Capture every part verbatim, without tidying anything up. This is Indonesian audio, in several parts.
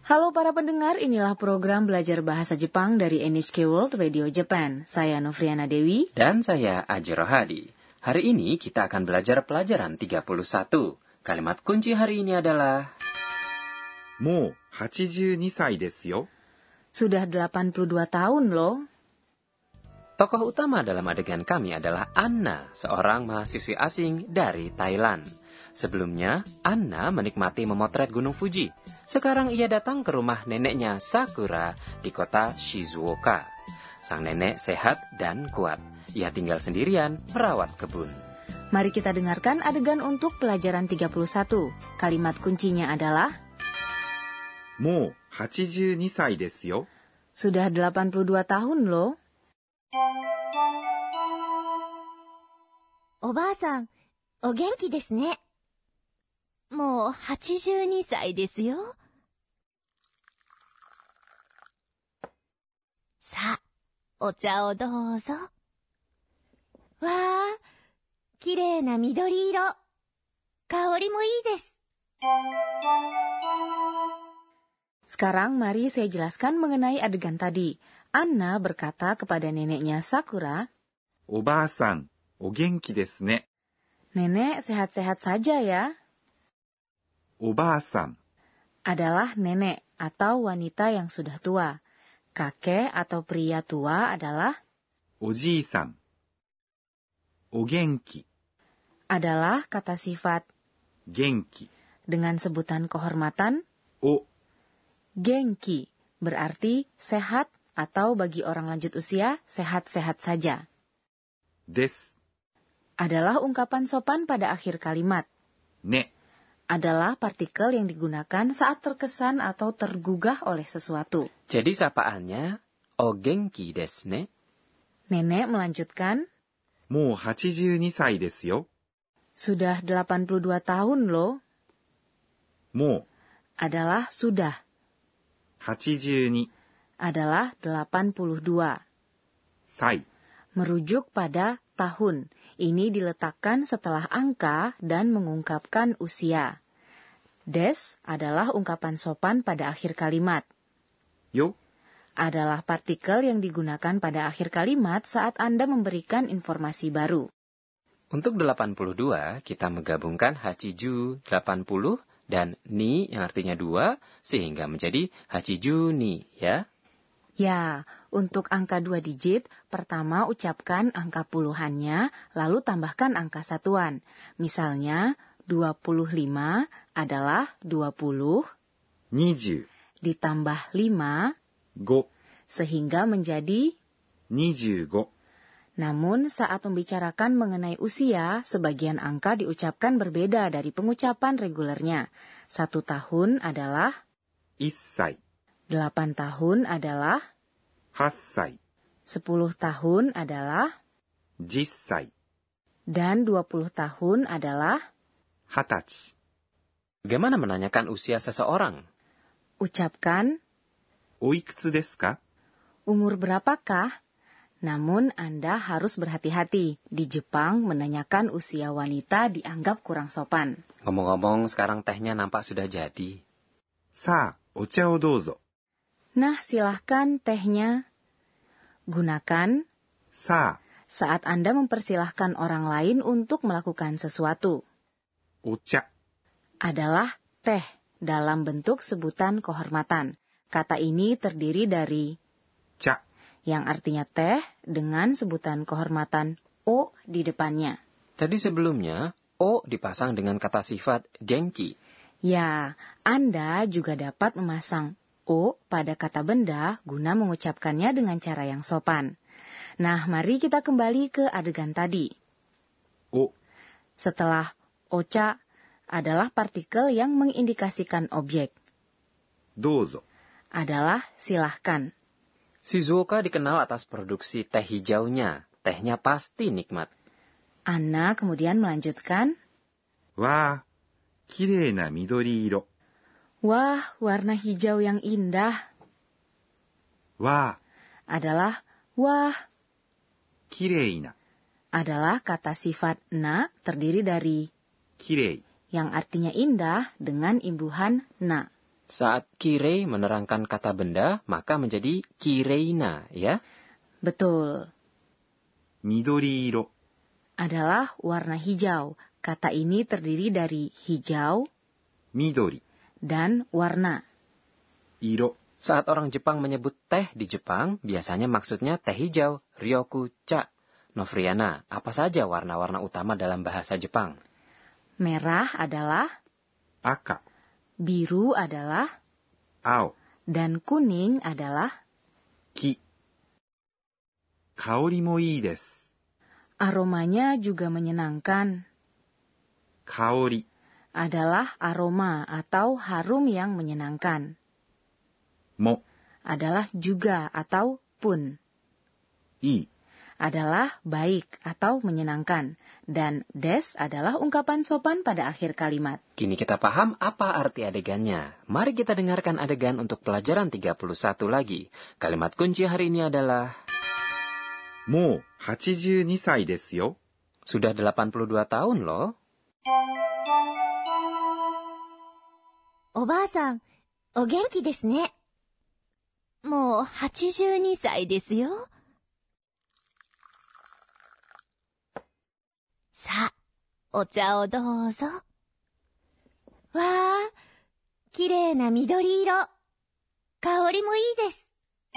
Halo para pendengar, inilah program belajar bahasa Jepang dari N H K World Radio Japan. Saya Novriana Dewi. Dan saya Ajiro Hadi. Hari ini kita akan belajar pelajaran tiga puluh satu. Kalimat kunci hari ini adalah もうはちじゅうにさいですよ. Sudah delapan puluh dua tahun loh. Tokoh utama dalam adegan kami adalah Anna, seorang mahasiswi asing dari Thailand. Sebelumnya, Anna menikmati memotret Gunung Fuji. Sekarang ia datang ke rumah neneknya Sakura di kota Shizuoka. Sang nenek sehat dan kuat. Ia tinggal sendirian merawat kebun. Mari kita dengarkan adegan untuk pelajaran tiga puluh satu. Kalimat kuncinya adalah もうはちじゅうにさいですよ. Sudah delapan puluh dua tahun loh. おばあさん、お元気ですね。もうはちじゅうにさいですよ。さあ、お茶をどうぞ。わあ、きれいな緑色。香りもいいです。 Sekarang mari saya jelaskan mengenai adegan tadi. Anna berkata kepada neneknya Sakura, おばあさん、お元気ですね. Nenek sehat-sehat saja ya. おばあさん adalah nenek atau wanita yang sudah tua. Kakek atau pria tua adalah おじいさん. お元気 adalah kata sifat 元気 dengan sebutan kehormatan お genki, berarti sehat atau bagi orang lanjut usia sehat-sehat saja. です adalah ungkapan sopan pada akhir kalimat. ね adalah partikel yang digunakan saat terkesan atau tergugah oleh sesuatu. Jadi sapaannya, O genki desu ne. Nenek melanjutkan, もうはちじゅうにさいですよ. sudah delapan puluh dua tahun loh. もう adalah sudah, はちじゅうに adalah delapan puluh dua. さい merujuk pada tahun. Ini diletakkan setelah angka dan mengungkapkan usia. Des adalah ungkapan sopan pada akhir kalimat. よ adalah partikel yang digunakan pada akhir kalimat saat Anda memberikan informasi baru. Untuk delapan puluh dua, kita menggabungkan hachiju delapan puluh dan ni yang artinya dua, sehingga menjadi hachiju ni, ya. Ya, untuk angka dua digit, pertama ucapkan angka puluhannya, lalu tambahkan angka satuan. Misalnya, dua puluh lima adalah dua puluh にじゅう ditambah lima ご sehingga menjadi にじゅうご Namun saat membicarakan mengenai usia, sebagian angka diucapkan berbeda dari pengucapan regulernya. Satu tahun adalah いっさい delapan tahun adalah はっさい sepuluh tahun adalah じゅっさい dan dua puluh tahun adalah はたち Bagaimana menanyakan usia seseorang? ucapkan おいくつですか? umur berapakah? Namun Anda harus berhati-hati. Di Jepang menanyakan usia wanita dianggap kurang sopan. Ngomong-ngomong, sekarang tehnya nampak sudah jadi. さあ、お茶をどうぞ. Nah, silahkan tehnya. Gunakan さあ saat Anda mempersilahkan orang lain untuk melakukan sesuatu. お茶 adalah teh dalam bentuk sebutan kehormatan. Kata ini terdiri dari 茶 yang artinya teh dengan sebutan kehormatan o di depannya. Tadi sebelumnya, O dipasang dengan kata sifat genki. Ya, Anda juga dapat memasang o pada kata benda guna mengucapkannya dengan cara yang sopan. Nah, mari kita kembali ke adegan tadi. お Setelah ocha adalah partikel yang mengindikasikan objek. どうぞ Adalah silahkan. Shizuoka dikenal atas produksi teh hijaunya. Tehnya pasti nikmat. Anna kemudian melanjutkan, わあ、きれいな緑色. wah, warna hijau yang indah. わあ、 adalah wah, きれいな adalah kata sifat na terdiri dari きれい yang artinya indah dengan imbuhan na. Saat kire menerangkan kata benda, maka menjadi kireina, ya? Betul. 緑色、 Adalah warna hijau. Kata ini terdiri dari hijau 緑、 dan warna. 色、 Saat orang Jepang menyebut teh di Jepang, biasanya maksudnya teh hijau, ryoku-cha. Novriana, apa saja warna-warna utama dalam bahasa Jepang? Merah adalah, 赤、 biru adalah, 青、 dan kuning adalah. 木。香りもいいです。 Aromanya juga menyenangkan. 香り、 Adalah aroma atau harum yang menyenangkan. も、 Adalah juga atau pun. いい。 Adalah baik atau menyenangkan. Dan des adalah ungkapan sopan pada akhir kalimat. Kini kita paham apa arti adegannya. Mari kita dengarkan adegan untuk pelajaran tiga puluh satu lagi. Kalimat kunci hari ini adalah もうはちじゅうにさいですよ。 sudah delapan puluh dua tahun loh. おばあさん、お元気ですね。もうはちじゅうにさいですよ。さあ、お茶をどうぞ。わあ、きれいな緑色。香りもいいです。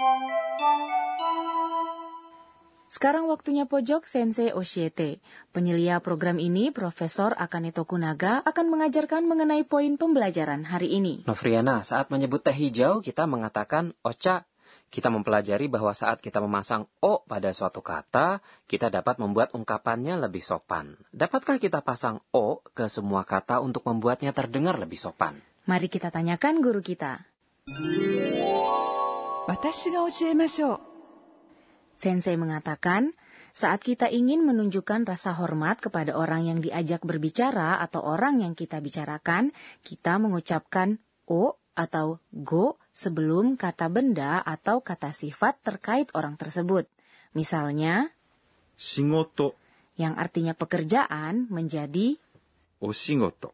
Sekarang waktunya pojok Sensei Oshiete. Penyelia program ini, Profesor Akane Tokunaga, akan mengajarkan mengenai poin pembelajaran hari ini. Novriana, saat menyebut teh hijau, kita mengatakan ocha. Kita mempelajari bahwa saat kita memasang o pada suatu kata, kita dapat membuat ungkapannya lebih sopan. Dapatkah kita pasang o ke semua kata untuk membuatnya terdengar lebih sopan? Mari kita tanyakan guru kita. 私が教えましょう。 Sensei mengatakan, saat kita ingin menunjukkan rasa hormat kepada orang yang diajak berbicara atau orang yang kita bicarakan, kita mengucapkan o atau go sebelum kata benda atau kata sifat terkait orang tersebut. Misalnya, 仕事、 yang artinya pekerjaan menjadi お仕事。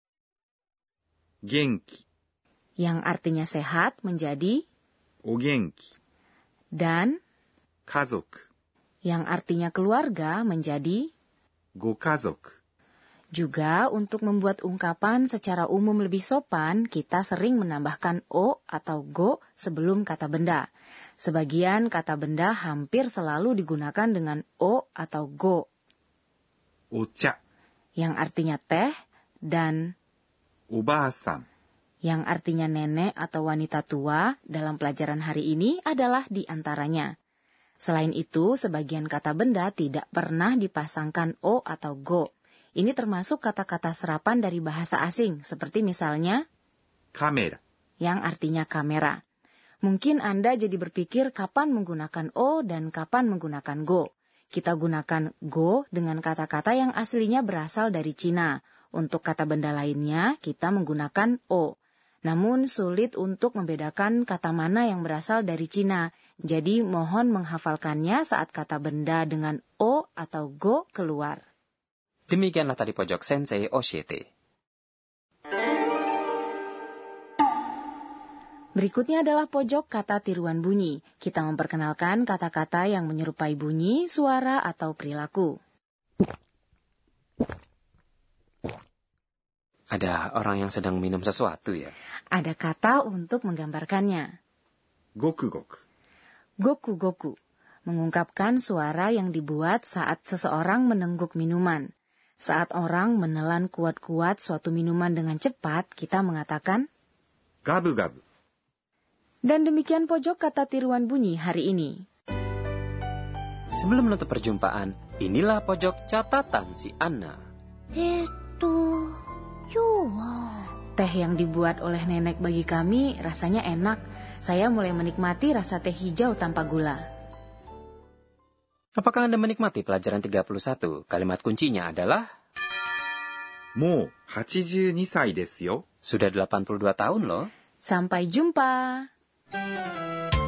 元気、 yang artinya sehat menjadi お元気。 dan 家族、 yang artinya keluarga menjadi. ご家族。 Juga untuk membuat ungkapan secara umum lebih sopan, kita sering menambahkan o atau go sebelum kata benda. Sebagian kata benda hampir selalu digunakan dengan o atau go, お茶、 yang artinya teh, dan おばあさん。 yang artinya nenek atau wanita tua dalam pelajaran hari ini adalah di antaranya. Selain itu, sebagian kata benda tidak pernah dipasangkan o atau go. Ini termasuk kata-kata serapan dari bahasa asing, seperti misalnya カメラ、 yang artinya kamera. Mungkin Anda jadi berpikir kapan menggunakan o dan kapan menggunakan go. Kita gunakan go dengan kata-kata yang aslinya berasal dari Cina. Untuk kata benda lainnya, kita menggunakan o. Namun sulit untuk membedakan kata mana yang berasal dari Cina. Jadi mohon menghafalkannya saat kata benda dengan o atau go keluar. Demikianlah tadi pojok Sensei Oshiete. Berikutnya adalah pojok kata tiruan bunyi. Kita memperkenalkan kata-kata yang menyerupai bunyi, suara, atau perilaku. Ada orang yang sedang minum sesuatu ya? Ada kata untuk menggambarkannya. ごくごく。 Goku-goku, mengungkapkan suara yang dibuat saat seseorang menengguk minuman. Saat orang menelan kuat-kuat suatu minuman dengan cepat, kita mengatakan ガブガブ。 Dan demikian pojok kata tiruan bunyi hari ini. Sebelum menutup perjumpaan, inilah pojok catatan si Anna. えーっと、今日は Teh yang dibuat oleh nenek bagi kami rasanya enak. Saya mulai menikmati rasa teh hijau tanpa gula. Apakah Anda menikmati pelajaran tiga puluh satu? Kalimat kuncinya adalah もうはちじゅうにさいですよ。 sudah delapan puluh dua tahun loh. Sampai jumpa.